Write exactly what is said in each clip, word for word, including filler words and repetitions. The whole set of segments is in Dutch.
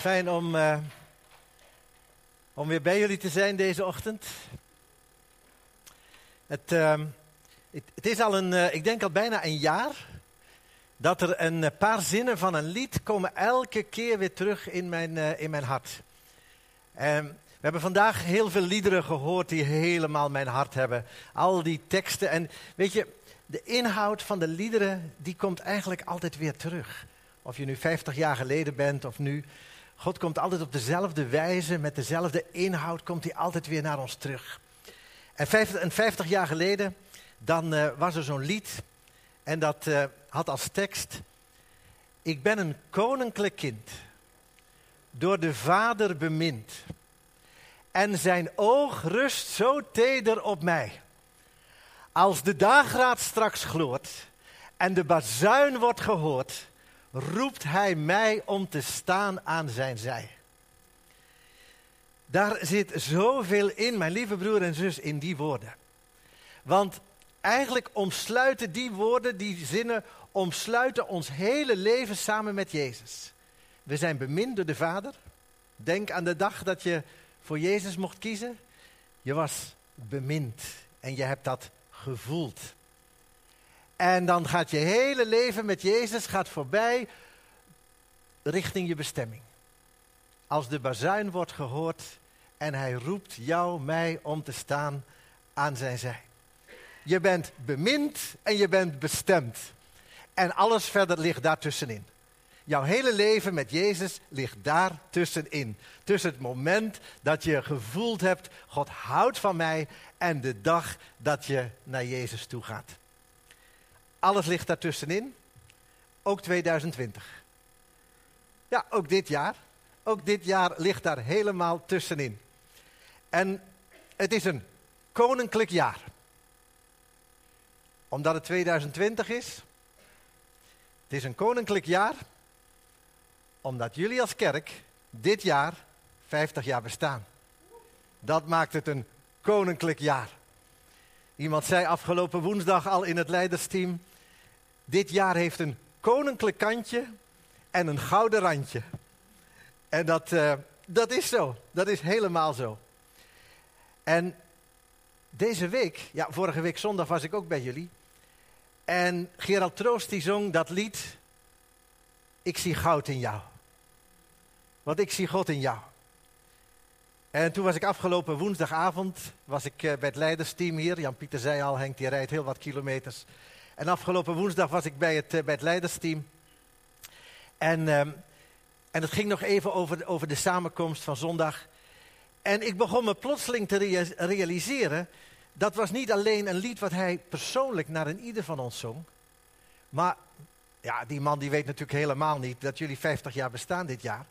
Fijn om, uh, om weer bij jullie te zijn deze ochtend. Het, uh, het, het is al een, uh, ik denk al bijna een jaar, dat er een paar zinnen van een lied komen elke keer weer terug in mijn, uh, in mijn hart. Uh, we hebben vandaag heel veel liederen gehoord die helemaal mijn hart hebben. Al die teksten en weet je, de inhoud van de liederen die komt eigenlijk altijd weer terug. Of je nu vijftig jaar geleden bent of nu. God komt altijd op dezelfde wijze, met dezelfde inhoud, komt hij altijd weer naar ons terug. En vijftig, en vijftig jaar geleden, dan uh, was er zo'n lied. En dat uh, had als tekst: ik ben een koninklijk kind, door de Vader bemind. En zijn oog rust zo teder op mij. Als de dageraad straks gloort en de bazuin wordt gehoord, roept hij mij om te staan aan zijn zij. Daar zit zoveel in, mijn lieve broer en zus, in die woorden. Want eigenlijk omsluiten die woorden, die zinnen, omsluiten ons hele leven samen met Jezus. We zijn bemind door de Vader. Denk aan de dag dat je voor Jezus mocht kiezen. Je was bemind en je hebt dat gevoeld. En dan gaat je hele leven met Jezus gaat voorbij richting je bestemming. Als de bazuin wordt gehoord en hij roept jou, mij om te staan aan zijn zij. Je bent bemind en je bent bestemd. En alles verder ligt daartussenin. Jouw hele leven met Jezus ligt daar tussenin. Tussen het moment dat je gevoeld hebt, God houdt van mij, en de dag dat je naar Jezus toe gaat. Alles ligt daartussenin. Ook tweeduizend twintig. Ja, ook dit jaar. Ook dit jaar ligt daar helemaal tussenin. En het is een koninklijk jaar. Omdat het tweeduizend twintig is. Het is een koninklijk jaar. Omdat jullie als kerk dit jaar vijftig jaar bestaan. Dat maakt het een koninklijk jaar. Iemand zei afgelopen woensdag al in het leidersteam: dit jaar heeft een koninklijk kantje en een gouden randje. En dat, uh, dat is zo. Dat is helemaal zo. En deze week, ja, vorige week zondag was ik ook bij jullie. En Gerald Troost die zong dat lied: ik zie goud in jou. Want ik zie God in jou. En toen was ik afgelopen woensdagavond, was ik uh, bij het leidersteam hier. Jan-Pieter zei al, Henk die rijdt heel wat kilometers. En afgelopen woensdag was ik bij het, uh, bij het leidersteam. En, um, en het ging nog even over, over de samenkomst van zondag. En ik begon me plotseling te rea- realiseren, dat was niet alleen een lied wat hij persoonlijk naar een ieder van ons zong. Maar ja, die man die weet natuurlijk helemaal niet dat jullie vijftig jaar bestaan dit jaar.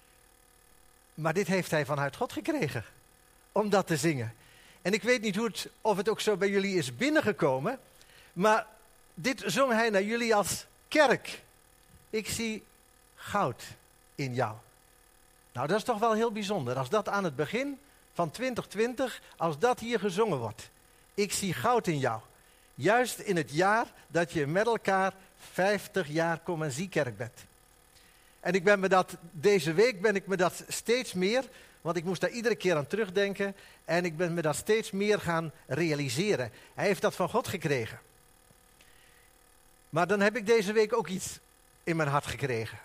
Maar dit heeft hij vanuit God gekregen, om dat te zingen. En ik weet niet hoe het, of het ook zo bij jullie is binnengekomen, maar dit zong hij naar jullie als kerk. Ik zie goud in jou. Nou, dat is toch wel heel bijzonder, als dat aan het begin van twintig twintig, als dat hier gezongen wordt. Ik zie goud in jou. Juist in het jaar dat je met elkaar vijftig jaar Kom en Zie kerk bent. En ik ben me dat, deze week ben ik me dat steeds meer, want ik moest daar iedere keer aan terugdenken, en ik ben me dat steeds meer gaan realiseren. Hij heeft dat van God gekregen. Maar dan heb ik deze week ook iets in mijn hart gekregen.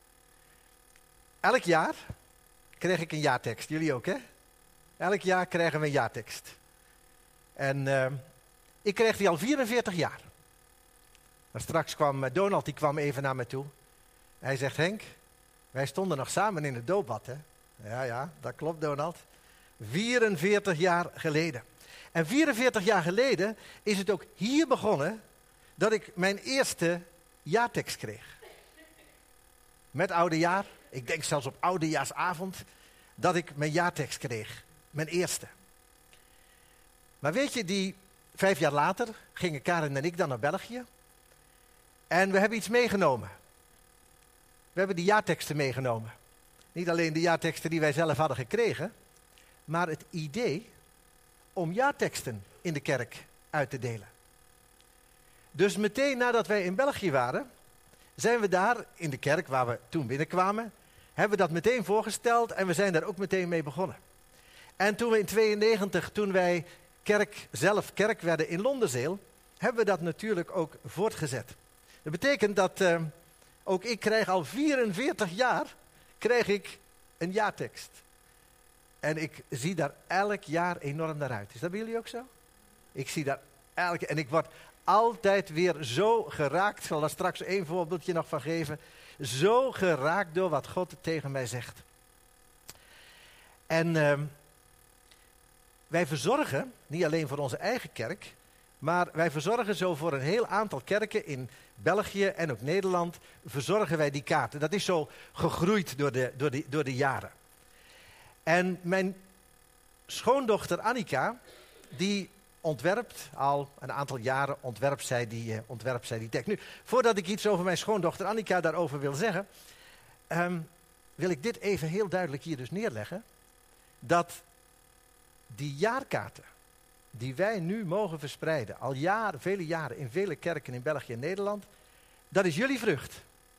Elk jaar kreeg ik een jaartekst. Jullie ook, hè? Elk jaar krijgen we een jaartekst. En uh, ik kreeg die al vierenveertig jaar. Maar straks kwam uh, Donald, die kwam even naar me toe. Hij zegt: Henk, wij stonden nog samen in het doopbad, hè? Ja, ja, dat klopt, Donald. vierenveertig jaar geleden. En vierenveertig jaar geleden is het ook hier begonnen dat ik mijn eerste jaartekst kreeg. Met oudejaar, ik denk zelfs op oudejaarsavond, dat ik mijn jaartekst kreeg. Mijn eerste. Maar weet je, die vijf jaar later gingen Karen en ik dan naar België. En we hebben iets meegenomen. We hebben die jaarteksten meegenomen. Niet alleen de jaarteksten die wij zelf hadden gekregen, maar het idee om jaarteksten in de kerk uit te delen. Dus meteen nadat wij in België waren, zijn we daar in de kerk waar we toen binnenkwamen, hebben we dat meteen voorgesteld en we zijn daar ook meteen mee begonnen. En toen we in tweeënnegentig, toen wij kerk, zelf kerk werden in Londenzeel, hebben we dat natuurlijk ook voortgezet. Dat betekent dat uh, ook ik krijg al vierenveertig jaar krijg ik een jaartekst. En ik zie daar elk jaar enorm naar uit. Is dat bij jullie ook zo? Ik zie daar elk en ik word altijd weer zo geraakt. Ik zal daar straks één voorbeeldje nog van geven. Zo geraakt door wat God tegen mij zegt. En uh, wij verzorgen, niet alleen voor onze eigen kerk, maar wij verzorgen zo voor een heel aantal kerken in België en ook Nederland, verzorgen wij die kaarten. Dat is zo gegroeid door de, door de, door de jaren. En mijn schoondochter Annika, die ontwerpt al een aantal jaren, ontwerpt zij die, uh, ontwerpt zij die tekst. Nu, voordat ik iets over mijn schoondochter Annika daarover wil zeggen, um, wil ik dit even heel duidelijk hier dus neerleggen. Dat die jaarkaarten die wij nu mogen verspreiden, al jaren, vele jaren in vele kerken in België en Nederland, dat is jullie vrucht.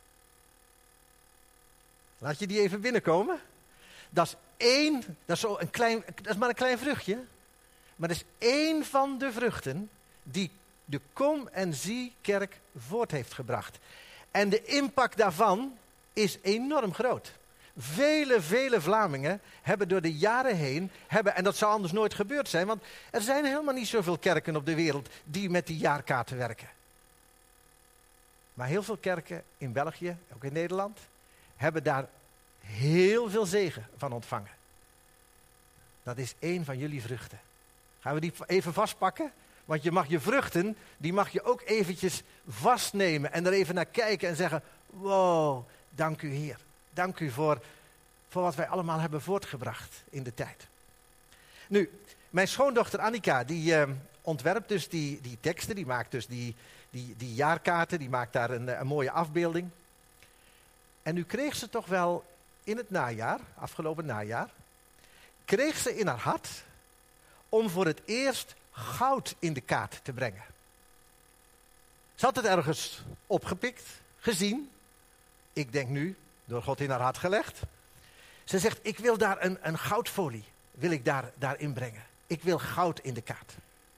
Laat je die even binnenkomen. Dat is één, dat is, zo een klein, dat is maar een klein vruchtje. Maar dat is één van de vruchten die de Kom en Zie kerk voort heeft gebracht. En de impact daarvan is enorm groot. Vele, vele Vlamingen hebben door de jaren heen, hebben, en dat zou anders nooit gebeurd zijn, want er zijn helemaal niet zoveel kerken op de wereld die met die jaarkaarten werken. Maar heel veel kerken in België, ook in Nederland, hebben daar heel veel zegen van ontvangen. Dat is één van jullie vruchten. Gaan we die even vastpakken? Want je mag je vruchten, die mag je ook eventjes vastnemen en er even naar kijken en zeggen, wow, dank u Heer. Dank u voor, voor wat wij allemaal hebben voortgebracht in de tijd. Nu, mijn schoondochter Annika, die uh, ontwerpt dus die, die teksten, die maakt dus die, die, die jaarkaarten, die maakt daar een, een mooie afbeelding. En nu kreeg ze toch wel in het najaar, afgelopen najaar, kreeg ze in haar hart om voor het eerst goud in de kaart te brengen. Ze had het ergens opgepikt, gezien. Ik denk nu, door God in haar hart gelegd. Ze zegt, ik wil daar een, een goudfolie, wil ik daar, daar inbrengen. Ik wil goud in de kaart.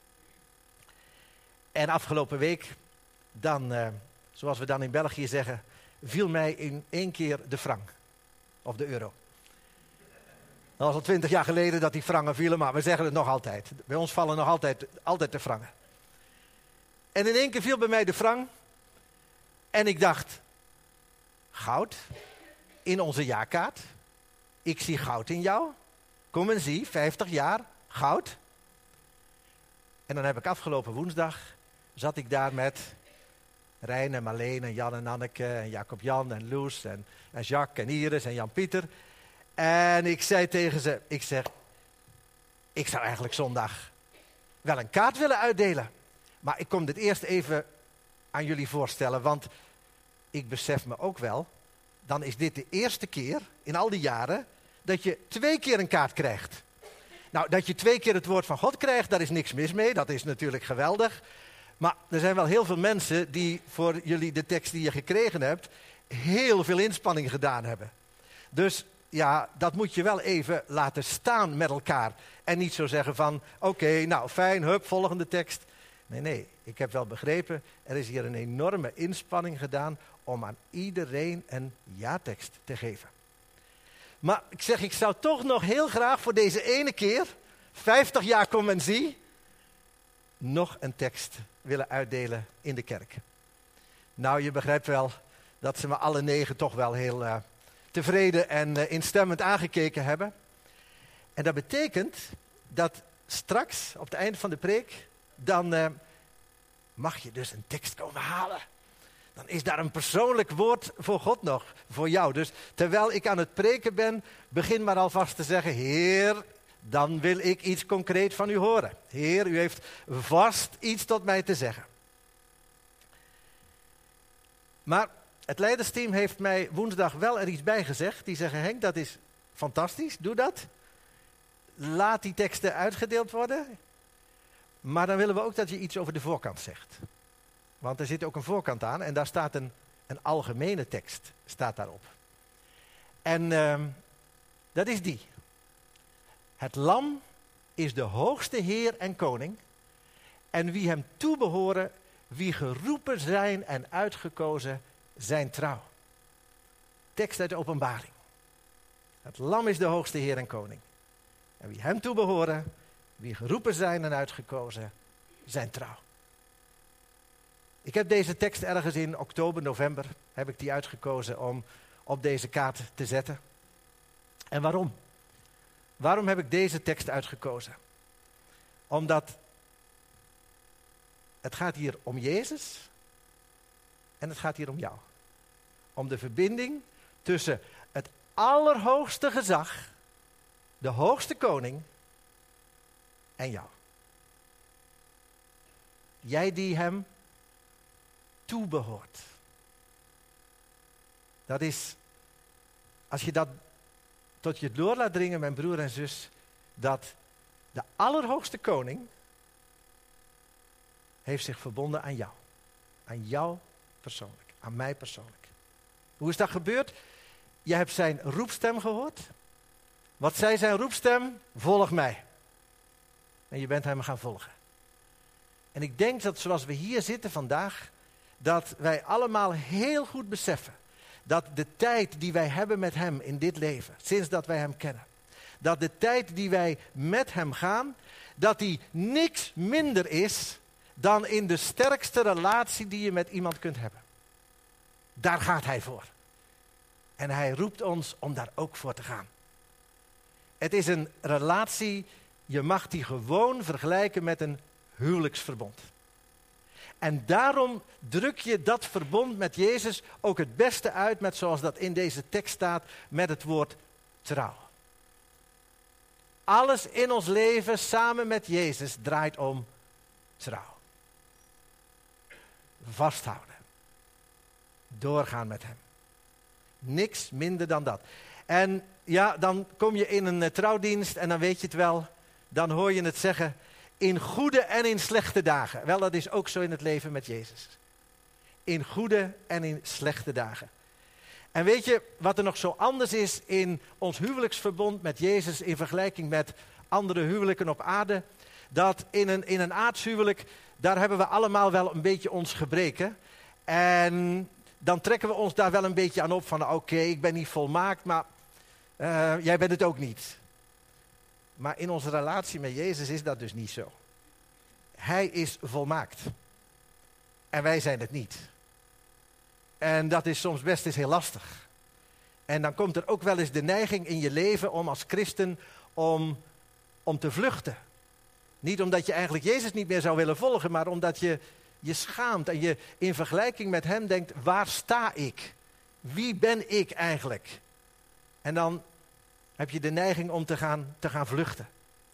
En afgelopen week, dan, uh, zoals we dan in België zeggen, viel mij in één keer de frank. Of de euro. Dat was al twintig jaar geleden dat die frangen vielen, maar we zeggen het nog altijd. Bij ons vallen nog altijd, altijd de frangen. En in één keer viel bij mij de frank. En ik dacht, goud in onze jaarkaart. Ik zie goud in jou. Kom en zie, vijftig jaar, goud. En dan heb ik afgelopen woensdag, zat ik daar met Rijn en Marleen en Jan en Anneke en Jacob Jan en Loes en, en Jacques en Iris en Jan Pieter. En ik zei tegen ze, ik zeg, ik zou eigenlijk zondag wel een kaart willen uitdelen. Maar ik kom dit eerst even aan jullie voorstellen, want ik besef me ook wel, dan is dit de eerste keer in al die jaren dat je twee keer een kaart krijgt. Nou, dat je twee keer het woord van God krijgt, daar is niks mis mee, dat is natuurlijk geweldig. Maar er zijn wel heel veel mensen die voor jullie de tekst die je gekregen hebt, heel veel inspanning gedaan hebben. Dus ja, dat moet je wel even laten staan met elkaar. En niet zo zeggen van, oké, okay, nou fijn, hup, volgende tekst. Nee, nee, ik heb wel begrepen, er is hier een enorme inspanning gedaan om aan iedereen een jaartekst te geven. Maar ik zeg, ik zou toch nog heel graag voor deze ene keer, vijftig jaar Kom en Zie, nog een tekst willen uitdelen in de kerk. Nou, je begrijpt wel dat ze me alle negen toch wel heel uh, tevreden en uh, instemmend aangekeken hebben. En dat betekent dat straks, op het eind van de preek, dan uh, mag je dus een tekst komen halen. Dan is daar een persoonlijk woord voor God nog, voor jou. Dus terwijl ik aan het preken ben, begin maar alvast te zeggen, Heer, dan wil ik iets concreet van u horen. Heer, u heeft vast iets tot mij te zeggen. Maar het leidersteam heeft mij woensdag wel er iets bij gezegd. Die zeggen, Henk, dat is fantastisch, doe dat. Laat die teksten uitgedeeld worden. Maar dan willen we ook dat je iets over de voorkant zegt. Want er zit ook een voorkant aan en daar staat een, een algemene tekst, staat daarop. En uh, dat is die. Het lam is de hoogste Heer en Koning. En wie hem toebehoren, wie geroepen zijn en uitgekozen, zijn trouw. Tekst uit de Openbaring. Het lam is de hoogste Heer en Koning. En wie hem toebehoren, wie geroepen zijn en uitgekozen, zijn trouw. Ik heb deze tekst ergens in oktober, november, heb ik die uitgekozen om op deze kaart te zetten. En waarom? Waarom heb ik deze tekst uitgekozen? Omdat het gaat hier om Jezus en het gaat hier om jou. Om de verbinding tussen het allerhoogste gezag, de hoogste koning en jou. Jij die hem toebehoort. Dat is, als je dat tot je door laat dringen, mijn broer en zus, dat de allerhoogste koning heeft zich verbonden aan jou. Aan jou persoonlijk, aan mij persoonlijk. Hoe is dat gebeurd? Je hebt zijn roepstem gehoord. Wat zei zijn roepstem? Volg mij. En je bent hem gaan volgen. En ik denk dat zoals we hier zitten vandaag, dat wij allemaal heel goed beseffen dat de tijd die wij hebben met hem in dit leven, sinds dat wij hem kennen, dat de tijd die wij met hem gaan, dat die niks minder is dan in de sterkste relatie die je met iemand kunt hebben. Daar gaat hij voor. En hij roept ons om daar ook voor te gaan. Het is een relatie, je mag die gewoon vergelijken met een huwelijksverbond. En daarom druk je dat verbond met Jezus ook het beste uit met, zoals dat in deze tekst staat, met het woord trouw. Alles in ons leven samen met Jezus draait om trouw. Vasthouden. Doorgaan met hem. Niks minder dan dat. En ja, dan kom je in een uh, trouwdienst en dan weet je het wel. Dan hoor je het zeggen, in goede en in slechte dagen. Wel, dat is ook zo in het leven met Jezus. In goede en in slechte dagen. En weet je wat er nog zo anders is in ons huwelijksverbond met Jezus in vergelijking met andere huwelijken op aarde? Dat in een, in een aardshuwelijk, daar hebben we allemaal wel een beetje ons gebreken. En dan trekken we ons daar wel een beetje aan op van oké, okay, ik ben niet volmaakt, maar uh, jij bent het ook niet. Maar in onze relatie met Jezus is dat dus niet zo. Hij is volmaakt. En wij zijn het niet. En dat is soms best eens heel lastig. En dan komt er ook wel eens de neiging in je leven om als christen om, om te vluchten. Niet omdat je eigenlijk Jezus niet meer zou willen volgen, maar omdat je je schaamt en je in vergelijking met hem denkt, waar sta ik? Wie ben ik eigenlijk? En dan heb je de neiging om te gaan, te gaan vluchten.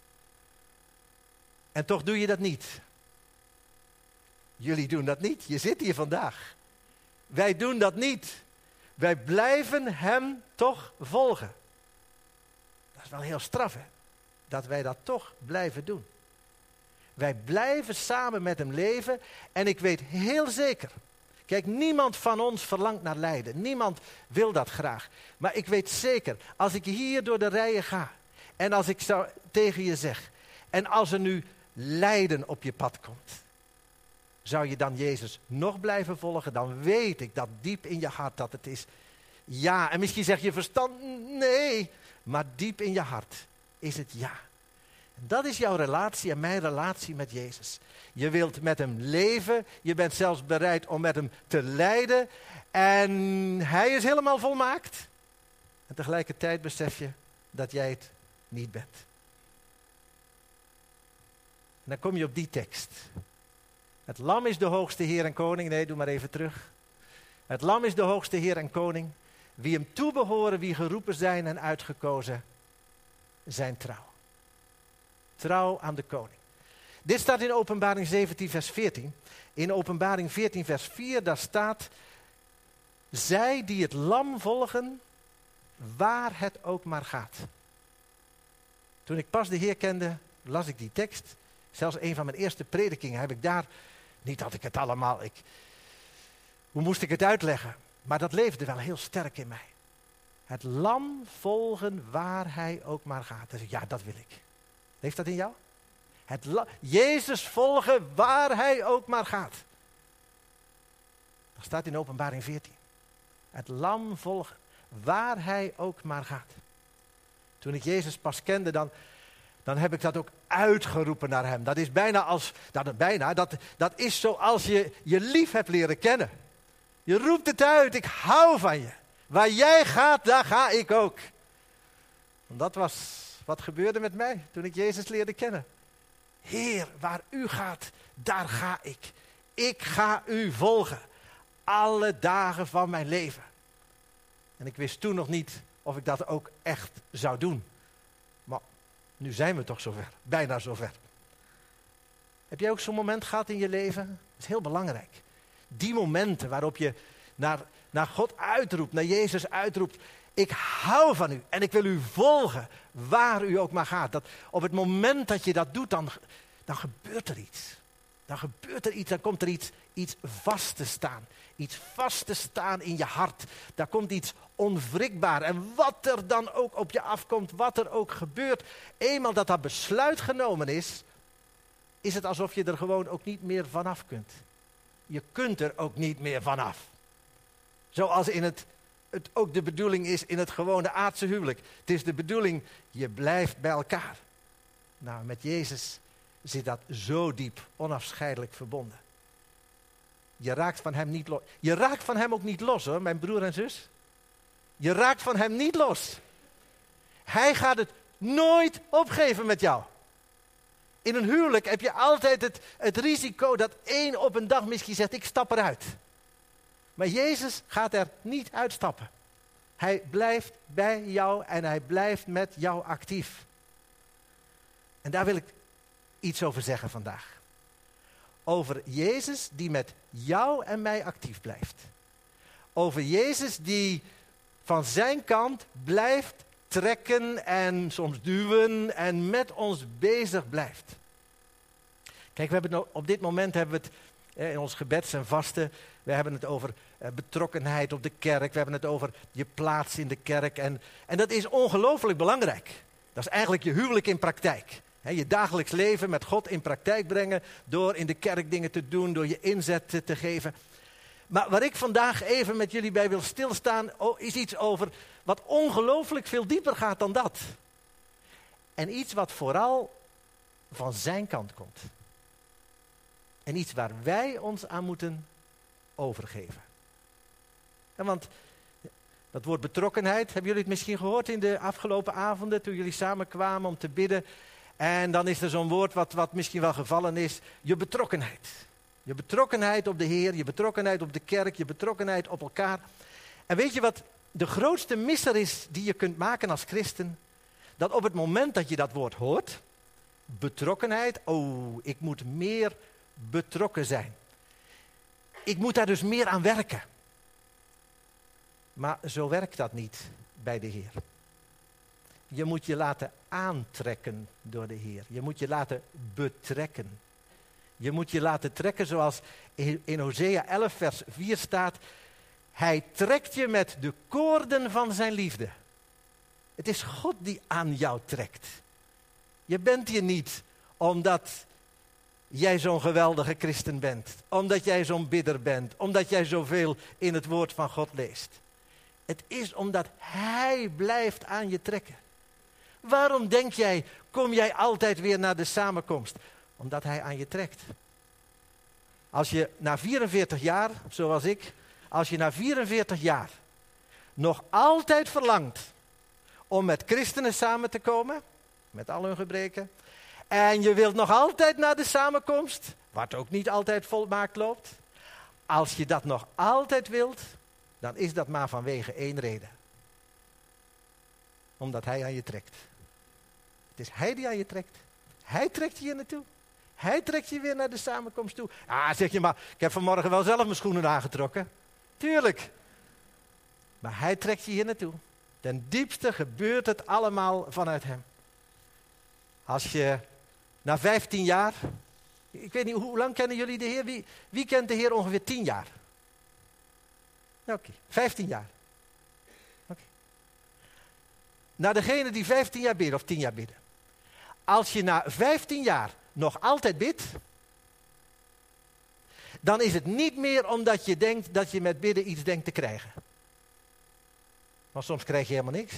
En toch doe je dat niet. Jullie doen dat niet. Je zit hier vandaag. Wij doen dat niet. Wij blijven hem toch volgen. Dat is wel heel straf, hè? Dat wij dat toch blijven doen. Wij blijven samen met hem leven. En ik weet heel zeker. Kijk, niemand van ons verlangt naar lijden. Niemand wil dat graag. Maar ik weet zeker, als ik hier door de rijen ga. En als ik zou tegen je zeg. En als er nu lijden op je pad komt. Zou je dan Jezus nog blijven volgen? Dan weet ik dat diep in je hart dat het is ja. En misschien zeg je verstand nee. Maar diep in je hart is het ja. En dat is jouw relatie en mijn relatie met Jezus. Je wilt met hem leven. Je bent zelfs bereid om met hem te lijden. En hij is helemaal volmaakt. En tegelijkertijd besef je dat jij het niet bent. En dan kom je op die tekst. Het lam is de hoogste Heer en Koning. Nee, doe maar even terug. Het lam is de hoogste Heer en Koning. Wie hem toebehoren, wie geroepen zijn en uitgekozen, zijn trouw. Trouw aan de koning. Dit staat in Openbaring zeventien vers veertien. In Openbaring veertien vers vier, daar staat, zij die het lam volgen, waar het ook maar gaat. Toen ik pas de Heer kende, las ik die tekst. Zelfs een van mijn eerste predikingen heb ik daar, niet dat ik het allemaal, ik, hoe moest ik het uitleggen? Maar dat leefde wel heel sterk in mij. Het lam volgen waar hij ook maar gaat. Dan zeg ik, ja, dat wil ik. Heeft dat in jou? Het la- Jezus volgen waar hij ook maar gaat. Dat staat in Openbaring veertien. Het lam volgen waar hij ook maar gaat. Toen ik Jezus pas kende, dan, dan heb ik dat ook uitgeroepen naar hem. Dat is bijna als, dat, bijna, dat, dat is zoals je je lief hebt leren kennen. Je roept het uit, ik hou van je. Waar jij gaat, daar ga ik ook. En dat was wat gebeurde met mij toen ik Jezus leerde kennen. Heer, waar u gaat, daar ga ik. Ik ga u volgen. Alle dagen van mijn leven. En ik wist toen nog niet of ik dat ook echt zou doen. Maar nu zijn we toch zover. Bijna zover. Heb jij ook zo'n moment gehad in je leven? Dat is heel belangrijk. Die momenten waarop je naar, naar God uitroept, naar Jezus uitroept. Ik hou van u en ik wil u volgen waar u ook maar gaat. Dat op het moment dat je dat doet, dan, dan gebeurt er iets. Dan gebeurt er iets, dan komt er iets, iets vast te staan. Iets vast te staan in je hart. Daar komt iets onwrikbaar. En wat er dan ook op je afkomt, wat er ook gebeurt. Eenmaal dat dat besluit genomen is, is het alsof je er gewoon ook niet meer vanaf kunt. Je kunt er ook niet meer vanaf. Zoals in het, het ook de bedoeling is in het gewone aardse huwelijk. Het is de bedoeling, je blijft bij elkaar. Nou, met Jezus zit dat zo diep, onafscheidelijk verbonden. Je raakt van hem niet los. Je raakt van hem ook niet los, hoor, mijn broer en zus. Je raakt van hem niet los. Hij gaat het nooit opgeven met jou. In een huwelijk heb je altijd het, het risico dat één op een dag misschien zegt, ik stap eruit. Maar Jezus gaat er niet uitstappen. Hij blijft bij jou en hij blijft met jou actief. En daar wil ik iets over zeggen vandaag. Over Jezus die met jou en mij actief blijft. Over Jezus die van zijn kant blijft trekken en soms duwen en met ons bezig blijft. Kijk, we hebben het op dit moment hebben we het eh, in ons gebeds en vasten. We hebben het over eh, betrokkenheid op de kerk. We hebben het over je plaats in de kerk. En, en dat is ongelooflijk belangrijk. Dat is eigenlijk je huwelijk in praktijk. He, je dagelijks leven met God in praktijk brengen. Door in de kerk dingen te doen. Door je inzet te, te geven. Maar waar ik vandaag even met jullie bij wil stilstaan, is iets over wat ongelooflijk veel dieper gaat dan dat. En iets wat vooral van zijn kant komt. En iets waar wij ons aan moeten overgeven. En want dat woord betrokkenheid, hebben jullie het misschien gehoord in de afgelopen avonden toen jullie samen kwamen om te bidden. En dan is er zo'n woord wat, wat misschien wel gevallen is, je betrokkenheid. Je betrokkenheid op de Heer, je betrokkenheid op de kerk, je betrokkenheid op elkaar. En weet je wat de grootste misser is die je kunt maken als christen? Dat op het moment dat je dat woord hoort, betrokkenheid, oh, ik moet meer betrokken zijn. Ik moet daar dus meer aan werken. Maar zo werkt dat niet bij de Heer. Je moet je laten aantrekken door de Heer. Je moet je laten betrekken. Je moet je laten trekken zoals in Hosea elf vers vier staat. Hij trekt je met de koorden van zijn liefde. Het is God die aan jou trekt. Je bent hier niet omdat jij zo'n geweldige christen bent. Omdat jij zo'n bidder bent. Omdat jij zoveel in het woord van God leest. Het is omdat hij blijft aan je trekken. Waarom denk jij, kom jij altijd weer naar de samenkomst? Omdat hij aan je trekt. Als je na vierenveertig jaar, zoals ik, als je na vierenveertig jaar nog altijd verlangt om met christenen samen te komen, met al hun gebreken, en je wilt nog altijd naar de samenkomst, wat ook niet altijd volmaakt loopt, als je dat nog altijd wilt, dan is dat maar vanwege één reden. Omdat hij aan je trekt. Het is hij die aan je trekt. Hij trekt je hier naartoe. Hij trekt je weer naar de samenkomst toe. Ah, zeg je maar, ik heb vanmorgen wel zelf mijn schoenen aangetrokken. Tuurlijk. Maar hij trekt je hier naartoe. Ten diepste gebeurt het allemaal vanuit hem. Als je na vijftien jaar, ik weet niet, hoe lang kennen jullie de Heer? Wie, wie kent de Heer ongeveer tien jaar? Oké, okay, vijftien jaar. Oké. Okay. naar degene die vijftien jaar bidden of tien jaar bidden. Als je na vijftien jaar nog altijd bidt, dan is het niet meer omdat je denkt dat je met bidden iets denkt te krijgen. Want soms krijg je helemaal niks.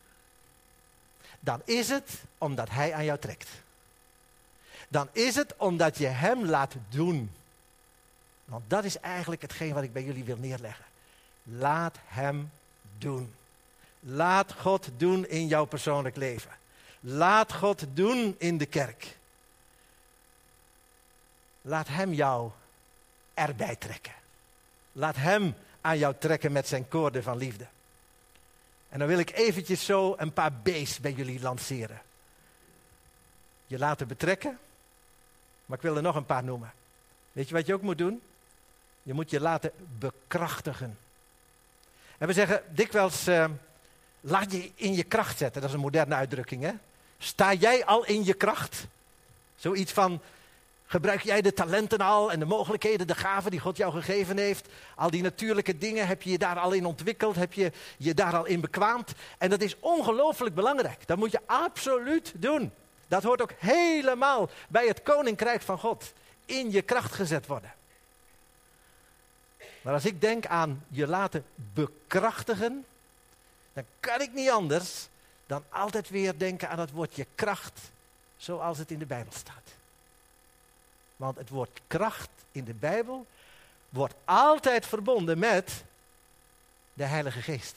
Dan is het omdat hij aan jou trekt. Dan is het omdat je hem laat doen. Want dat is eigenlijk hetgeen wat ik bij jullie wil neerleggen. Laat hem doen. Laat God doen in jouw persoonlijk leven. Laat God doen in de kerk. Laat hem jou erbij trekken. Laat hem aan jou trekken met zijn koorden van liefde. En dan wil ik eventjes zo een paar B's bij jullie lanceren. Je laten betrekken, maar ik wil er nog een paar noemen. Weet je wat je ook moet doen? Je moet je laten bekrachtigen. En we zeggen dikwijls, uh, laat je in je kracht zetten. Dat is een moderne uitdrukking, hè? Sta jij al in je kracht? Zoiets van, gebruik jij de talenten al en de mogelijkheden, de gaven die God jou gegeven heeft? Al die natuurlijke dingen, heb je je daar al in ontwikkeld? Heb je je daar al in bekwaamd? En dat is ongelooflijk belangrijk. Dat moet je absoluut doen. Dat hoort ook helemaal bij het koninkrijk van God. In je kracht gezet worden. Maar als ik denk aan je laten bekrachtigen, dan kan ik niet anders dan altijd weer denken aan het woordje kracht, zoals het in de Bijbel staat. Want het woord kracht in de Bijbel wordt altijd verbonden met de Heilige Geest.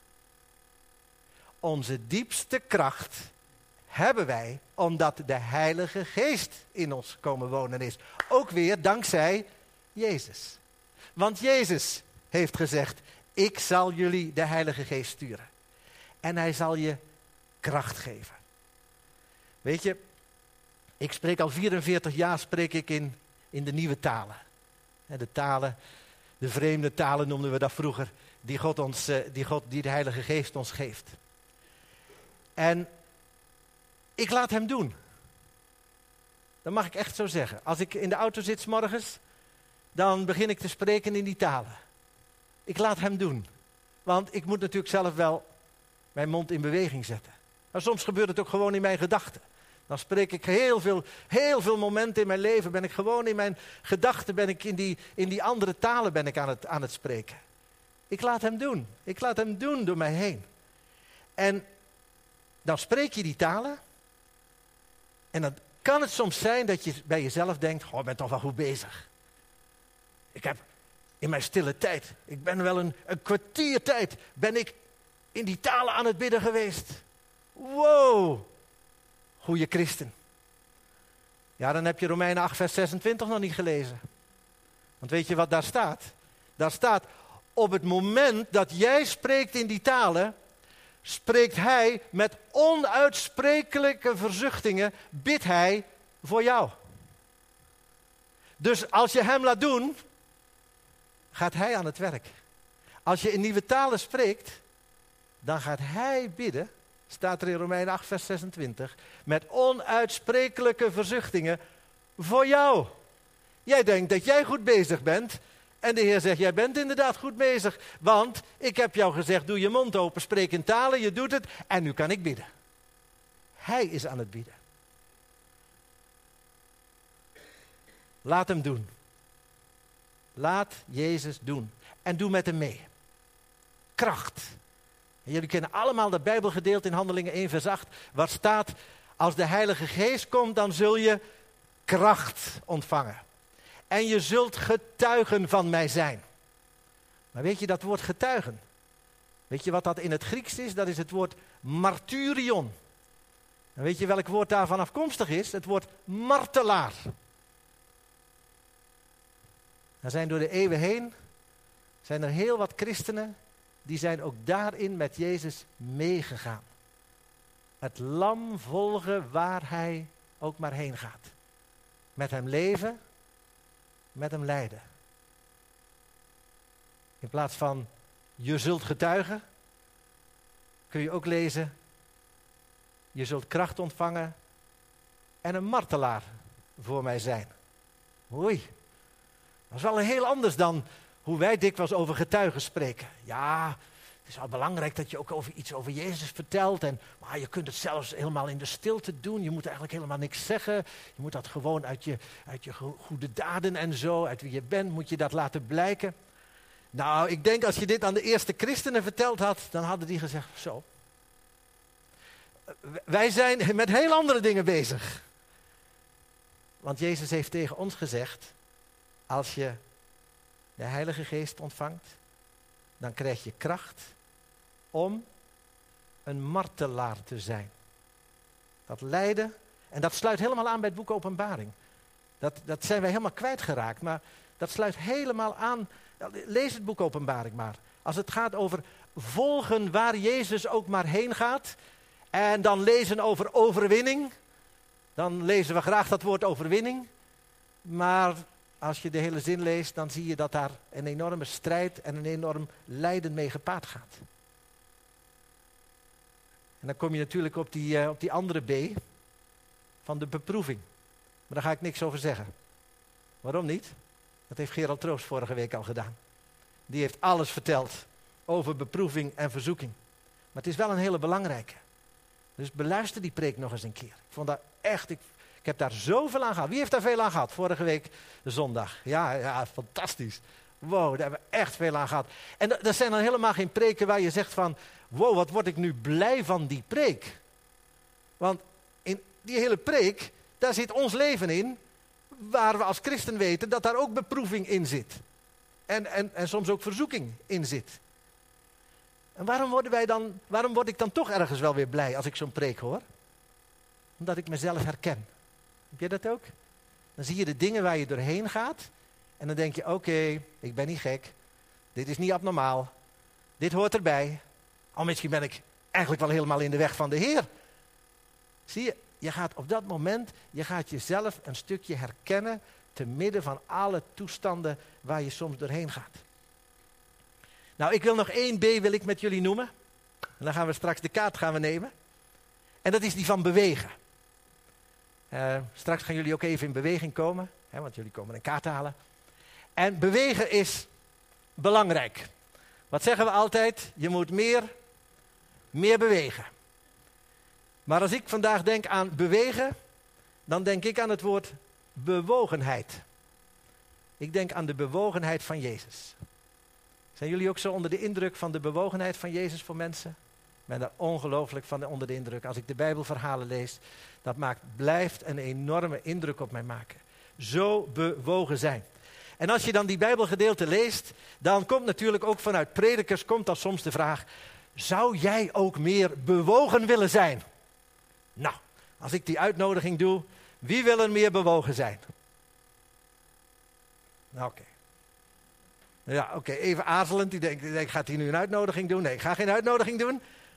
Onze diepste kracht hebben wij omdat de Heilige Geest in ons komen wonen is. Ook weer dankzij Jezus. Want Jezus heeft gezegd, ik zal jullie de Heilige Geest sturen. En hij zal je kracht geven. Weet je, ik spreek al vierenveertig jaar spreek ik in, in de nieuwe talen. De talen, de vreemde talen noemden we dat vroeger, die God ons, die God, die de Heilige Geest ons geeft. En ik laat hem doen. Dat mag ik echt zo zeggen. Als ik in de auto zit 's morgens, dan begin ik te spreken in die talen. Ik laat hem doen. Want ik moet natuurlijk zelf wel mijn mond in beweging zetten. Maar soms gebeurt het ook gewoon in mijn gedachten. Dan spreek ik heel veel, heel veel momenten in mijn leven, ben ik gewoon in mijn gedachten, ben ik in die, in die andere talen ben ik aan het, aan het spreken. Ik laat hem doen. Ik laat hem doen door mij heen. En dan spreek je die talen. En dan kan het soms zijn dat je bij jezelf denkt, oh, ik ben toch wel goed bezig. Ik heb in mijn stille tijd, ik ben wel een, een kwartier tijd, ben ik in die talen aan het bidden geweest. Wow, goeie christen. Ja, dan heb je Romeinen acht vers zesentwintig nog niet gelezen. Want weet je wat daar staat? Daar staat, op het moment dat jij spreekt in die talen, spreekt hij met onuitsprekelijke verzuchtingen, bidt hij voor jou. Dus als je hem laat doen, gaat hij aan het werk. Als je in nieuwe talen spreekt, dan gaat hij bidden, staat er in Romeinen acht vers zesentwintig, met onuitsprekelijke verzuchtingen voor jou. Jij denkt dat jij goed bezig bent en de Heer zegt, jij bent inderdaad goed bezig, want ik heb jou gezegd, doe je mond open, spreek in talen, je doet het en nu kan ik bidden. Hij is aan het bidden. Laat hem doen. Laat Jezus doen. En doe met hem mee. Kracht. En jullie kennen allemaal dat Bijbelgedeelte in Handelingen één vers acht, waar staat, als de Heilige Geest komt, dan zul je kracht ontvangen. En je zult getuigen van mij zijn. Maar weet je dat woord getuigen? Weet je wat dat in het Grieks is? Dat is het woord martyrion. En weet je welk woord daarvan afkomstig is? Het woord martelaar. Er zijn door de eeuwen heen, zijn er heel wat christenen, die zijn ook daarin met Jezus meegegaan. Het lam volgen waar hij ook maar heen gaat. Met hem leven, met hem lijden. In plaats van je zult getuigen, kun je ook lezen, je zult kracht ontvangen en een martelaar voor mij zijn. Oei, dat is wel heel anders dan hoe wij dikwijls over getuigen spreken. Ja, Het is wel belangrijk dat je ook over iets over Jezus vertelt. En, maar je kunt het zelfs helemaal in de stilte doen. Je moet eigenlijk helemaal niks zeggen. Je moet dat gewoon uit je, uit je goede daden en zo, uit wie je bent, moet je dat laten blijken. Nou, ik denk als je dit aan de eerste christenen verteld had, dan hadden die gezegd, zo. Wij zijn met heel andere dingen bezig. Want Jezus heeft tegen ons gezegd, als je de Heilige Geest ontvangt, dan krijg je kracht om een martelaar te zijn. Dat lijden, en dat sluit helemaal aan bij het boek Openbaring. Dat, dat zijn wij helemaal kwijtgeraakt, maar dat sluit helemaal aan. Lees het boek Openbaring maar. Als het gaat over volgen waar Jezus ook maar heen gaat, en dan lezen over overwinning, dan lezen we graag dat woord overwinning, maar als je de hele zin leest, dan zie je dat daar een enorme strijd en een enorm lijden mee gepaard gaat. En dan kom je natuurlijk op die, uh, op die andere B van de beproeving. Maar daar ga ik niks over zeggen. Waarom niet? Dat heeft Gerald Troost vorige week al gedaan. Die heeft alles verteld over beproeving en verzoeking. Maar het is wel een hele belangrijke. Dus beluister die preek nog eens een keer. Ik vond dat echt... Ik, Ik heb daar zoveel aan gehad. Wie heeft daar veel aan gehad? Vorige week de zondag. Ja, ja, fantastisch. Wow, daar hebben we echt veel aan gehad. En d- dat zijn dan helemaal geen preken waar je zegt van, wow, wat word ik nu blij van die preek. Want in die hele preek, daar zit ons leven in, waar we als christen weten dat daar ook beproeving in zit. En, en, en soms ook verzoeking in zit. En waarom, worden wij dan, waarom word ik dan toch ergens wel weer blij als ik zo'n preek hoor? Omdat ik mezelf herken. Heb je dat ook? Dan zie je de dingen waar je doorheen gaat. En dan denk je, oké, okay, ik ben niet gek. Dit is niet abnormaal. Dit hoort erbij. Al misschien ben ik eigenlijk wel helemaal in de weg van de Heer. Zie je, je gaat op dat moment, je gaat jezelf een stukje herkennen te midden van alle toestanden waar je soms doorheen gaat. Nou, ik wil nog één B wil ik met jullie noemen. En dan gaan we straks de kaart gaan we nemen. En dat is die van bewegen. Uh, straks gaan jullie ook even in beweging komen, hè, want jullie komen een kaart halen. En bewegen is belangrijk. Wat zeggen we altijd? Je moet meer, meer bewegen. Maar als ik vandaag denk aan bewegen, dan denk ik aan het woord bewogenheid. Ik denk aan de bewogenheid van Jezus. Zijn jullie ook zo onder de indruk van de bewogenheid van Jezus voor mensen? Ik ben daar ongelooflijk van onder de indruk. Als ik de Bijbelverhalen lees, dat maakt, blijft een enorme indruk op mij maken. Zo bewogen zijn. En als je dan die Bijbelgedeelte leest, dan komt natuurlijk ook vanuit predikers, komt dan soms de vraag, zou jij ook meer bewogen willen zijn? Nou, als ik die uitnodiging doe, wie wil er meer bewogen zijn? Nou, oké. Okay. Ja, oké, okay. Even aarzelend. Die denkt, die denkt, gaat hij nu een uitnodiging doen? Nee, ik ga geen uitnodiging doen.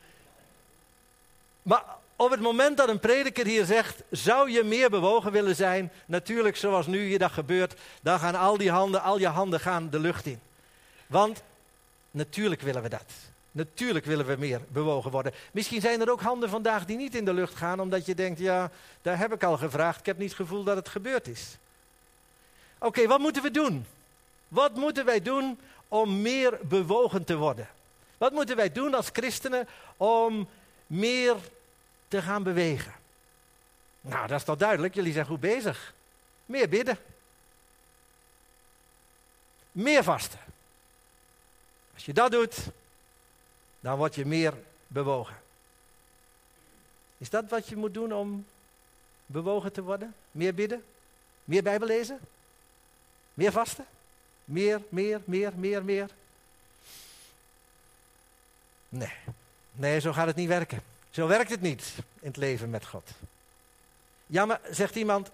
Maar op het moment dat een prediker hier zegt, zou je meer bewogen willen zijn? Natuurlijk, zoals nu hier dat gebeurt, dan gaan al die handen, al je handen gaan de lucht in. Want natuurlijk willen we dat. Natuurlijk willen we meer bewogen worden. Misschien zijn er ook handen vandaag die niet in de lucht gaan, omdat je denkt, ja, daar heb ik al gevraagd. Ik heb niet het gevoel dat het gebeurd is. Oké, okay, wat moeten we doen? Wat moeten wij doen om meer bewogen te worden? Wat moeten wij doen als christenen om meer te gaan bewegen? Nou, dat is toch duidelijk. Jullie zijn goed bezig. Meer bidden. Meer vasten. Als je dat doet, dan word je meer bewogen. Is dat wat je moet doen om bewogen te worden? Meer bidden? Meer Bijbel lezen? Meer vasten? Meer, meer, meer, meer, meer? Nee. Nee, zo gaat het niet werken. Zo werkt het niet in het leven met God. Ja, maar zegt iemand,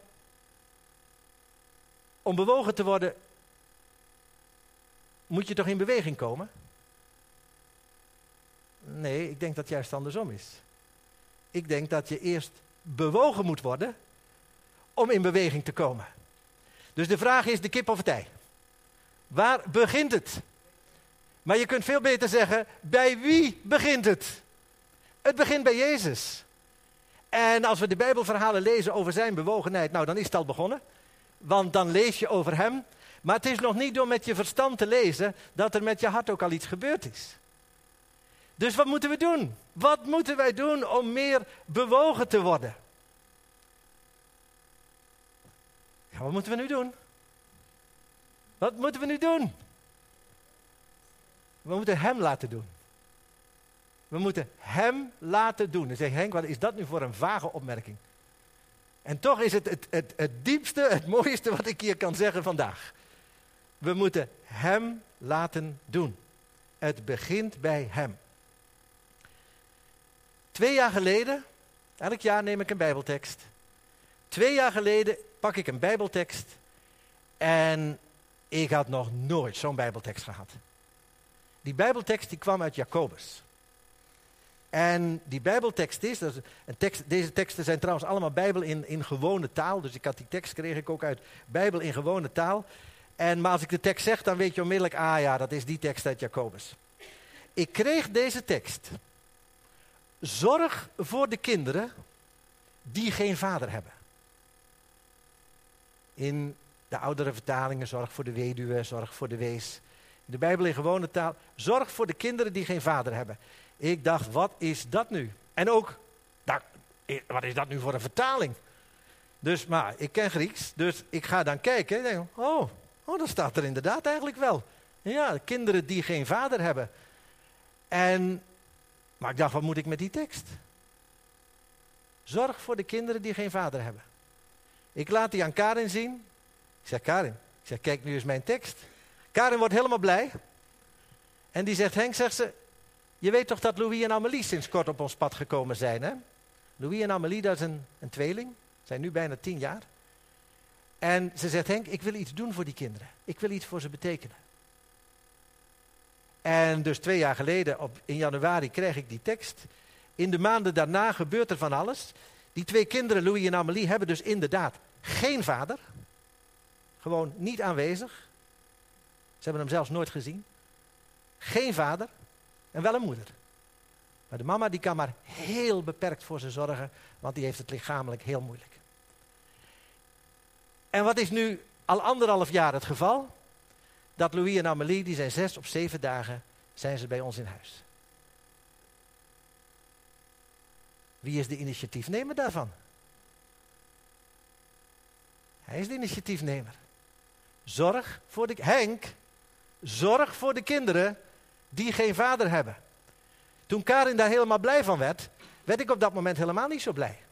om bewogen te worden, moet je toch in beweging komen? Nee, ik denk dat het juist andersom is. Ik denk dat je eerst bewogen moet worden om in beweging te komen. Dus de vraag is de kip of het ei. Waar begint het? Maar je kunt veel beter zeggen, bij wie begint het? Het begint bij Jezus. En als we de Bijbelverhalen lezen over zijn bewogenheid, nou dan is het al begonnen. Want dan lees je over hem. Maar het is nog niet door met je verstand te lezen dat er met je hart ook al iets gebeurd is. Dus wat moeten we doen? Wat moeten wij doen om meer bewogen te worden? Ja, wat moeten we nu doen? Wat moeten we nu doen? We moeten hem laten doen. We moeten hem laten doen. En zeg Henk, wat is dat nu voor een vage opmerking? En toch is het het, het het diepste, het mooiste wat ik hier kan zeggen vandaag. We moeten hem laten doen. Het begint bij hem. Twee jaar geleden, elk jaar neem ik een bijbeltekst. Twee jaar geleden pak ik een bijbeltekst en ik had nog nooit zo'n bijbeltekst gehad. Die bijbeltekst die kwam uit Jacobus. En die bijbeltekst is, dat is een tekst, deze teksten zijn trouwens allemaal bijbel in, in gewone taal. Dus ik had die tekst, kreeg ik ook uit bijbel in gewone taal. En, maar als ik de tekst zeg, dan weet je onmiddellijk, ah ja, dat is die tekst uit Jacobus. Ik kreeg deze tekst. Zorg voor de kinderen die geen vader hebben. In de oudere vertalingen, zorg voor de weduwe, zorg voor de wees. In de Bijbel in gewone taal, zorg voor de kinderen die geen vader hebben. Ik dacht, wat is dat nu? En ook, nou, wat is dat nu voor een vertaling? Dus, maar ik ken Grieks, dus ik ga dan kijken en denk, oh, oh, dat staat er inderdaad eigenlijk wel. Ja, kinderen die geen vader hebben. En, maar ik dacht, wat moet ik met die tekst? Zorg voor de kinderen die geen vader hebben. Ik laat die aan Karin zien. Ik zeg, Karin, ik zeg, kijk nu eens mijn tekst. Karin wordt helemaal blij. En die zegt, Henk, zegt ze, je weet toch dat Louis en Amélie sinds kort op ons pad gekomen zijn, hè? Louis en Amélie, dat is een, een tweeling. Zijn nu bijna tien jaar. En ze zegt, Henk, ik wil iets doen voor die kinderen. Ik wil iets voor ze betekenen. En dus twee jaar geleden, op, in januari, kreeg ik die tekst. In de maanden daarna gebeurt er van alles. Die twee kinderen, Louis en Amélie, hebben dus inderdaad geen vader. Gewoon niet aanwezig. Ze hebben hem zelfs nooit gezien. Geen vader en wel een moeder. Maar de mama die kan maar heel beperkt voor ze zorgen, want die heeft het lichamelijk heel moeilijk. En wat is nu al anderhalf jaar het geval? Dat Louis en Amélie, die zijn zes of zeven dagen, zijn ze bij ons in huis. Wie is de initiatiefnemer daarvan? Hij is de initiatiefnemer. Zorg voor de... Henk, zorg voor de kinderen die geen vader hebben. Toen Karin daar helemaal blij van werd, werd ik op dat moment helemaal niet zo blij.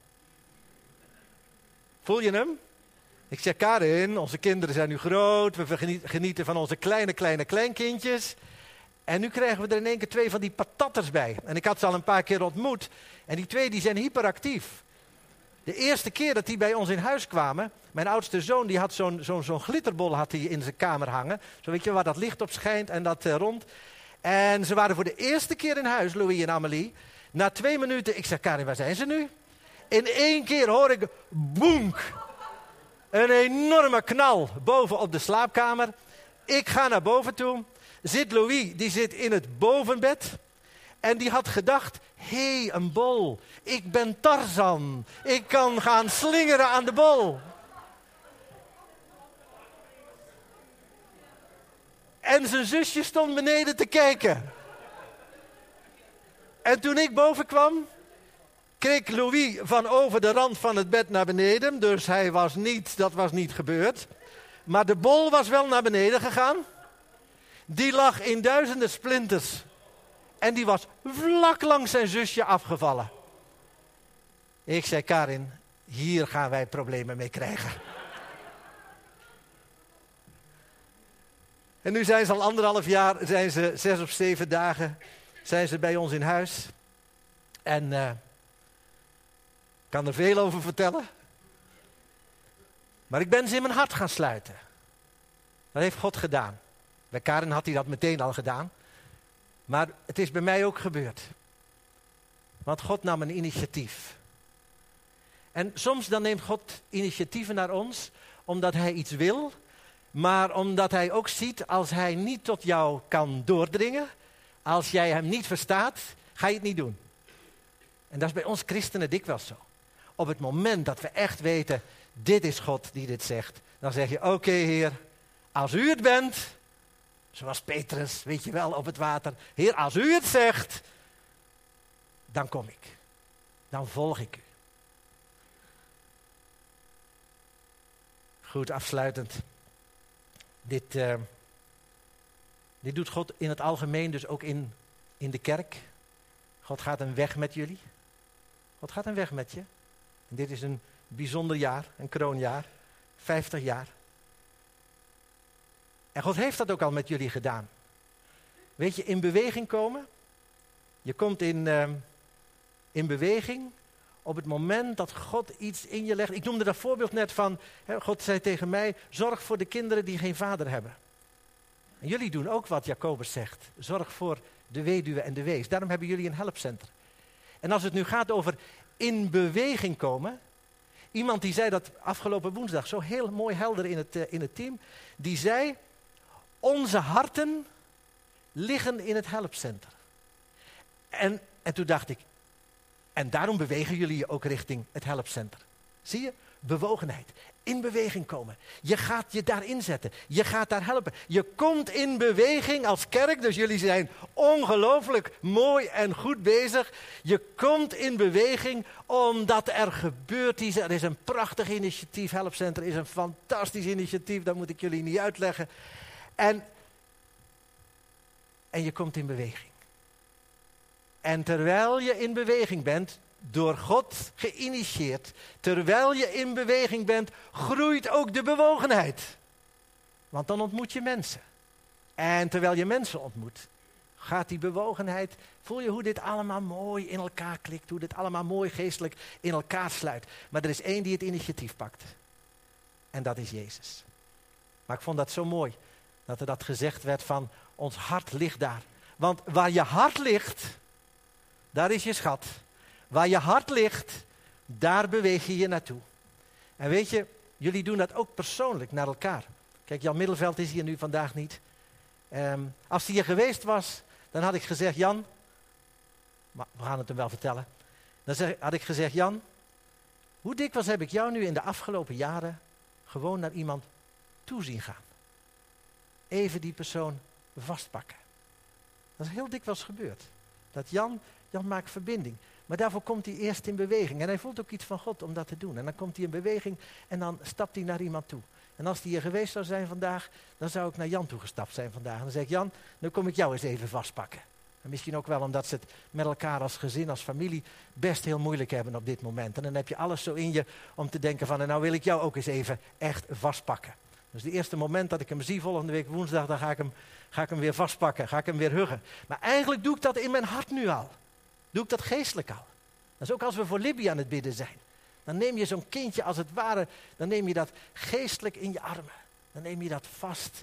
Voel je hem? Ik zeg, Karin, onze kinderen zijn nu groot, we genieten van onze kleine, kleine kleinkindjes. En nu krijgen we er in één keer twee van die patatters bij. En ik had ze al een paar keer ontmoet. En die twee die zijn hyperactief. De eerste keer dat die bij ons in huis kwamen, mijn oudste zoon die had zo'n, zo'n, zo'n glitterbol had hij in zijn kamer hangen. Zo weet je waar dat licht op schijnt en dat uh, rond. En ze waren voor de eerste keer in huis, Louis en Amélie. Na twee minuten, ik zeg, Karin, waar zijn ze nu? In één keer hoor ik, boenk. Een enorme knal boven op de slaapkamer. Ik ga naar boven toe. Zit Louis, die zit in het bovenbed. En die had gedacht, hé, hey, een bol. Ik ben Tarzan. Ik kan gaan slingeren aan de bol. En zijn zusje stond beneden te kijken. En toen ik boven kwam, keek Louis van over de rand van het bed naar beneden. Dus hij was niet, dat was niet gebeurd. Maar de bol was wel naar beneden gegaan. Die lag in duizenden splinters. En die was vlak langs zijn zusje afgevallen. Ik zei, Karin, hier gaan wij problemen mee krijgen. En nu zijn ze al anderhalf jaar, zijn ze zes of zeven dagen, zijn ze bij ons in huis. En uh, ik kan er veel over vertellen. Maar ik ben ze in mijn hart gaan sluiten. Dat heeft God gedaan. Bij Karin had hij dat meteen al gedaan. Maar het is bij mij ook gebeurd. Want God nam een initiatief. En soms dan neemt God initiatieven naar ons, omdat hij iets wil, maar omdat hij ook ziet, als hij niet tot jou kan doordringen, als jij hem niet verstaat, ga je het niet doen. En dat is bij ons christenen dikwijls zo. Op het moment dat we echt weten, dit is God die dit zegt, dan zeg je, oké okay, Heer, als u het bent, zoals Petrus, weet je wel, op het water. Heer, als u het zegt, dan kom ik. Dan volg ik u. Goed, afsluitend. Dit, uh, dit doet God in het algemeen, dus ook in, in de kerk. God gaat een weg met jullie. God gaat een weg met je. En dit is een bijzonder jaar, een kroonjaar. vijftig jaar. En God heeft dat ook al met jullie gedaan. Weet je, in beweging komen. Je komt in, uh, in beweging op het moment dat God iets in je legt. Ik noemde dat voorbeeld net van, hè, God zei tegen mij, zorg voor de kinderen die geen vader hebben. En jullie doen ook wat Jacobus zegt. Zorg voor de weduwe en de wees. Daarom hebben jullie een helpcenter. En als het nu gaat over in beweging komen. Iemand die zei dat afgelopen woensdag, zo heel mooi helder in het, uh, in het team. Die zei, onze harten liggen in het helpcenter. En, en toen dacht ik, en daarom bewegen jullie je ook richting het helpcenter. Zie je? Bewogenheid. In beweging komen. Je gaat je daarin zetten. Je gaat daar helpen. Je komt in beweging als kerk. Dus jullie zijn ongelooflijk mooi en goed bezig. Je komt in beweging omdat er gebeurt iets. Er is een prachtig initiatief. Helpcenter is een fantastisch initiatief. Dat moet ik jullie niet uitleggen. En, en je komt in beweging. En terwijl je in beweging bent, door God geïnitieerd, terwijl je in beweging bent, groeit ook de bewogenheid. Want dan ontmoet je mensen. En terwijl je mensen ontmoet, gaat die bewogenheid, voel je hoe dit allemaal mooi in elkaar klikt, hoe dit allemaal mooi geestelijk in elkaar sluit. Maar er is één die het initiatief pakt. En dat is Jezus. Maar ik vond dat zo mooi, dat er dat gezegd werd van, ons hart ligt daar. Want waar je hart ligt, daar is je schat. Waar je hart ligt, daar beweeg je je naartoe. En weet je, jullie doen dat ook persoonlijk naar elkaar. Kijk, Jan Middelveld is hier nu vandaag niet. Um, als hij hier geweest was, dan had ik gezegd, Jan, maar we gaan het hem wel vertellen. Dan zeg, had ik gezegd, Jan, hoe dikwijls heb ik jou nu in de afgelopen jaren gewoon naar iemand toe zien gaan? Even die persoon vastpakken. Dat is heel dikwijls gebeurd. Dat Jan, Jan maakt verbinding. Maar daarvoor komt hij eerst in beweging. En hij voelt ook iets van God om dat te doen. En dan komt hij in beweging en dan stapt hij naar iemand toe. En als hij hier geweest zou zijn vandaag, dan zou ik naar Jan toe gestapt zijn vandaag. En dan zeg ik, Jan, nu kom ik jou eens even vastpakken. En misschien ook wel omdat ze het met elkaar als gezin, als familie best heel moeilijk hebben op dit moment. En dan heb je alles zo in je om te denken van, en nou wil ik jou ook eens even echt vastpakken. Dus het eerste moment dat ik hem zie, volgende week woensdag, dan ga ik hem, ga ik hem weer vastpakken, ga ik hem weer huggen. Maar eigenlijk doe ik dat in mijn hart nu al. Doe ik dat geestelijk al. Dat is ook als we voor Libby aan het bidden zijn. Dan neem je zo'n kindje als het ware, dan neem je dat geestelijk in je armen. Dan neem je dat vast.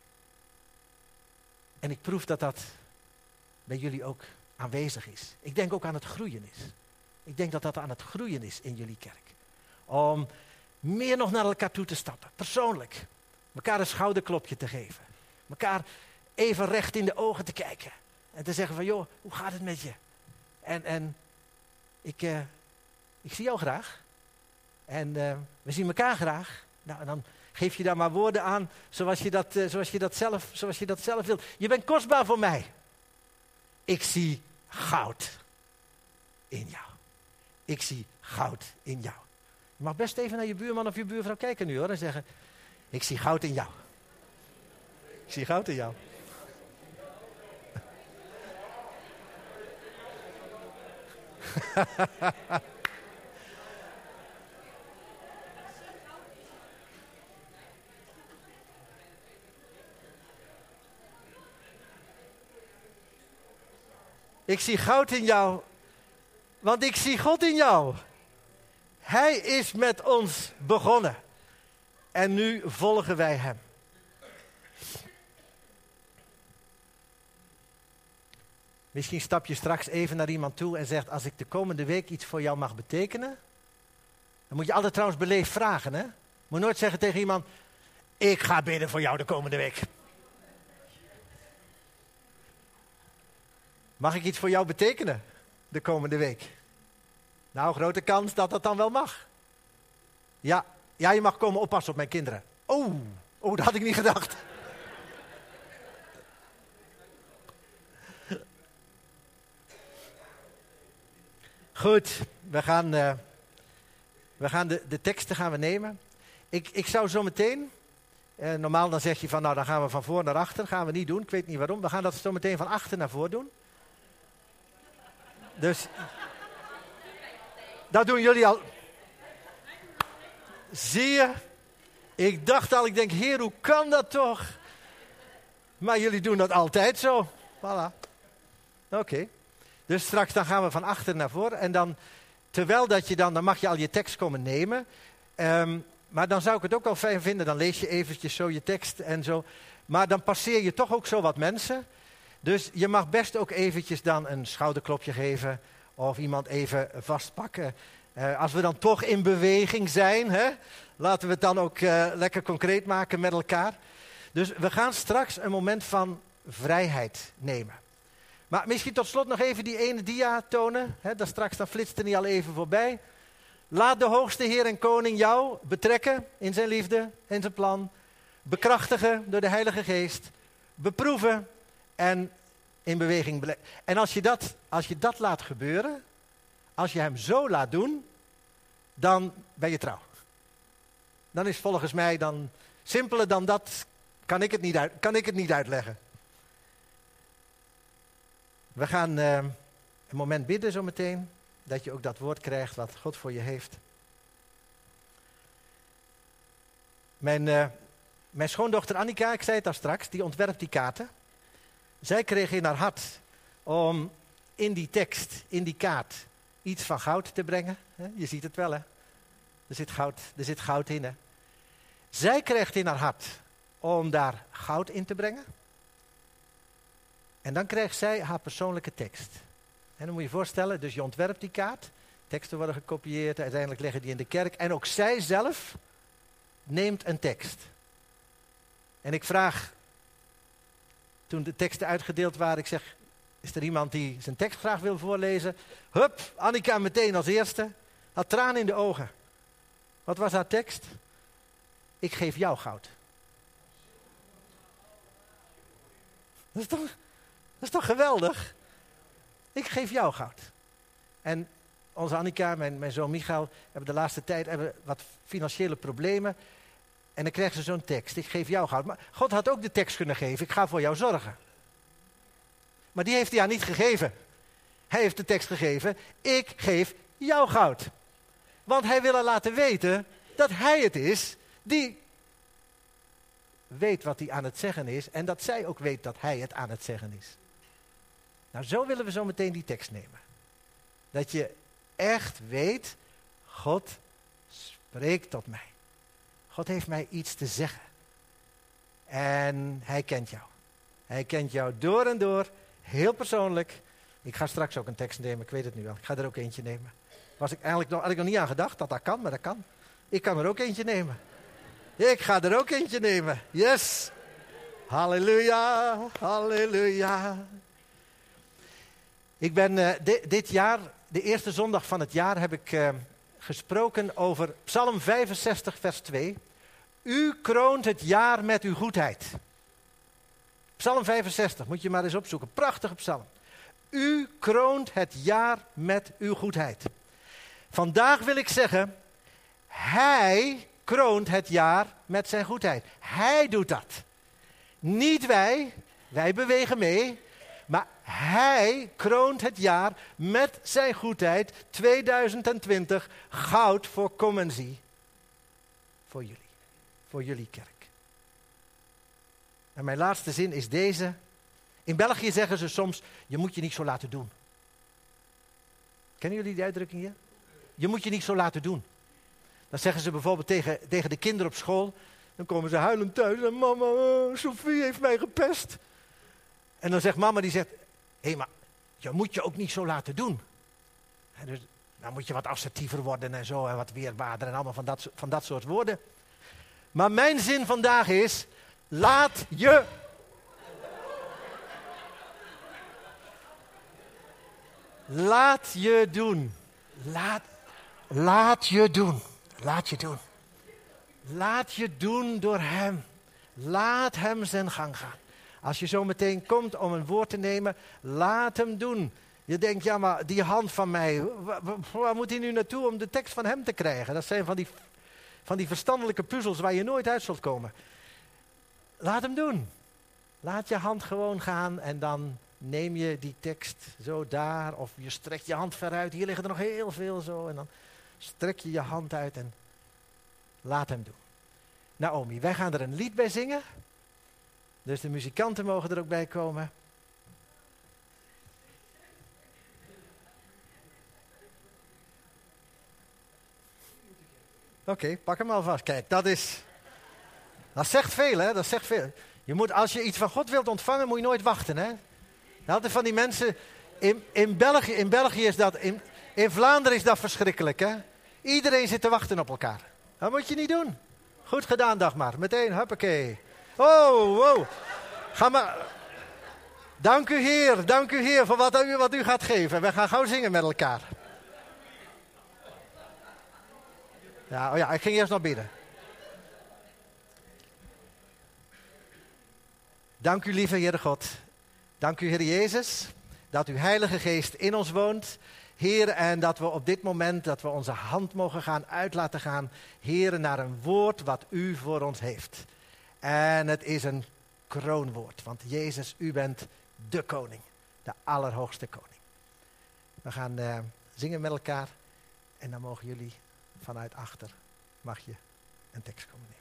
En ik proef dat dat bij jullie ook aanwezig is. Ik denk ook aan het groeien is. Ik denk dat dat aan het groeien is in jullie kerk. Om meer nog naar elkaar toe te stappen, persoonlijk. Mekaar een schouderklopje te geven. Mekaar even recht in de ogen te kijken. En te zeggen van, joh, hoe gaat het met je? En, en ik, uh, ik zie jou graag. En uh, we zien elkaar graag. Nou, en dan geef je daar maar woorden aan zoals je dat, uh, zoals je dat, zelf, zoals je dat zelf wilt. Je bent kostbaar voor mij. Ik zie goud in jou. Ik zie goud in jou. Je mag best even naar je buurman of je buurvrouw kijken nu hoor. En zeggen, ik zie goud in jou. Ik zie goud in jou. Ik zie goud in jou, want ik zie God in jou. Hij is met ons begonnen. En nu volgen wij hem. Misschien stap je straks even naar iemand toe en zegt, als ik de komende week iets voor jou mag betekenen. Dan moet je altijd trouwens beleefd vragen, hè? Moet nooit zeggen tegen iemand, ik ga bidden voor jou de komende week. Mag ik iets voor jou betekenen de komende week? Nou, grote kans dat dat dan wel mag. Ja, ja, je mag komen oppassen op mijn kinderen. Oh, oh, dat had ik niet gedacht. Goed, we gaan, uh, we gaan de, de teksten gaan we nemen. Ik, ik zou zo meteen, uh, normaal dan zeg je van nou dan gaan we van voor naar achter. Gaan we niet doen, ik weet niet waarom. We gaan dat zo meteen van achter naar voor doen. Dus, dat doen jullie al. Zie je? Ik dacht al, ik denk, Heer, hoe kan dat toch? Maar jullie doen dat altijd zo. Voilà. Oké. Okay. Dus straks dan gaan we van achter naar voren. En dan, terwijl dat je dan, dan mag je al je tekst komen nemen. Um, maar dan zou ik het ook wel fijn vinden, dan lees je eventjes zo je tekst en zo. Maar dan passeer je toch ook zo wat mensen. Dus je mag best ook eventjes dan een schouderklopje geven. Of iemand even vastpakken. Uh, als we dan toch in beweging zijn, hè, laten we het dan ook uh, lekker concreet maken met elkaar. Dus we gaan straks een moment van vrijheid nemen. Maar misschien tot slot nog even die ene dia tonen. Hè, dat straks dan flitst er niet al even voorbij. Laat de hoogste Heer en Koning jou betrekken in zijn liefde, in zijn plan. Bekrachtigen door de Heilige Geest. Beproeven en in beweging bele- En als je, dat, als je dat laat gebeuren, als je hem zo laat doen, dan ben je trouw. Dan is volgens mij dan simpeler dan dat, kan ik het niet, uit, kan ik het niet uitleggen. We gaan uh, een moment bidden zo meteen, dat je ook dat woord krijgt wat God voor je heeft. Mijn, uh, mijn schoondochter Annika, ik zei het al straks, die ontwerpt die kaarten. Zij kreeg in haar hart om in die tekst, in die kaart, iets van goud te brengen. Je ziet het wel, hè? Er zit goud, er zit goud in, hè? Zij kreeg in haar hart om daar goud in te brengen. En dan kreeg zij haar persoonlijke tekst. En dan moet je je voorstellen, dus je ontwerpt die kaart. Teksten worden gekopieerd, uiteindelijk leggen die in de kerk. En ook zij zelf neemt een tekst. En ik vraag, toen de teksten uitgedeeld waren, ik zeg, is er iemand die zijn tekst graag wil voorlezen? Hup, Annika meteen als eerste. Had tranen in de ogen. Wat was haar tekst? Ik geef jou goud. Dat is toch, dat is toch geweldig? Ik geef jou goud. En onze Annika, mijn, mijn zoon Michael, hebben de laatste tijd hebben wat financiële problemen. En dan krijgen ze zo'n tekst. Ik geef jou goud. Maar God had ook de tekst kunnen geven. Ik ga voor jou zorgen. Maar die heeft hij haar niet gegeven. Hij heeft de tekst gegeven. Ik geef jou goud. Want hij wil haar laten weten dat hij het is die weet wat hij aan het zeggen is. En dat zij ook weet dat hij het aan het zeggen is. Nou, zo willen we zo meteen die tekst nemen. Dat je echt weet, God spreekt tot mij. God heeft mij iets te zeggen. En hij kent jou. Hij kent jou door en door, heel persoonlijk. Ik ga straks ook een tekst nemen, ik weet het nu wel. Ik ga er ook eentje nemen. Was ik eigenlijk nog, had ik nog niet aan gedacht dat dat kan, maar dat kan. Ik kan er ook eentje nemen. Ik ga er ook eentje nemen. Yes. Halleluja, halleluja. Ik ben uh, di- dit jaar, de eerste zondag van het jaar, heb ik uh, gesproken over Psalm vijfenzestig, vers twee. U kroont het jaar met uw goedheid. Psalm vijfenzestig, moet je maar eens opzoeken. Prachtige psalm. U kroont het jaar met uw goedheid. Vandaag wil ik zeggen, hij kroont het jaar met zijn goedheid. Hij doet dat. Niet wij, wij bewegen mee, maar hij kroont het jaar met zijn goedheid tweeduizend twintig goud voor kom en zie. Voor jullie, voor jullie kerk. En mijn laatste zin is deze. In België zeggen ze soms, je moet je niet zo laten doen. Kennen jullie die uitdrukking hier? Je moet je niet zo laten doen. Dan zeggen ze bijvoorbeeld tegen, tegen de kinderen op school. Dan komen ze huilend thuis en mama, Sophie heeft mij gepest. En dan zegt mama, die zegt, hé hey, maar je moet je ook niet zo laten doen. En dus, dan moet je wat assertiever worden en zo en wat weerbaarder en allemaal van dat, van dat soort woorden. Maar mijn zin vandaag is, laat je... Laat je doen. Laat, laat je doen. Laat je doen. Laat je doen door hem. Laat hem zijn gang gaan. Als je zo meteen komt om een woord te nemen, laat hem doen. Je denkt, ja, maar die hand van mij, waar, waar moet hij nu naartoe om de tekst van hem te krijgen? Dat zijn van die, van die verstandelijke puzzels waar je nooit uit zult komen. Laat hem doen. Laat je hand gewoon gaan en dan neem je die tekst zo daar. Of je strekt je hand veruit. Hier liggen er nog heel veel zo. En dan strek je je hand uit en laat hem doen. Naomi, wij gaan er een lied bij zingen. Dus de muzikanten mogen er ook bij komen. Oké, okay, pak hem alvast. Kijk, dat is... Dat zegt veel, hè? Dat zegt veel. Je moet, als je iets van God wilt ontvangen, moet je nooit wachten, hè? Altijd van die mensen... In, in, België, in België is dat... In, in Vlaanderen is dat verschrikkelijk, hè? Iedereen zit te wachten op elkaar. Dat moet je niet doen. Goed gedaan, Dagmar. Meteen, huppakee. Oh, wow. Ga maar... Dank u, Heer. Dank u, Heer, voor wat u, wat u gaat geven. We gaan gauw zingen met elkaar. Ja, oh ja, ik ging eerst nog bidden. Dank u, lieve Heere God. Dank u, Heer Jezus, dat uw Heilige Geest in ons woont. Heer, en dat we op dit moment, dat we onze hand mogen gaan uit laten gaan. Heer, naar een woord wat u voor ons heeft. En het is een kroonwoord, want Jezus, u bent de koning. De allerhoogste koning. We gaan uh, zingen met elkaar en dan mogen jullie vanuit achter, mag je een tekst komen nemen.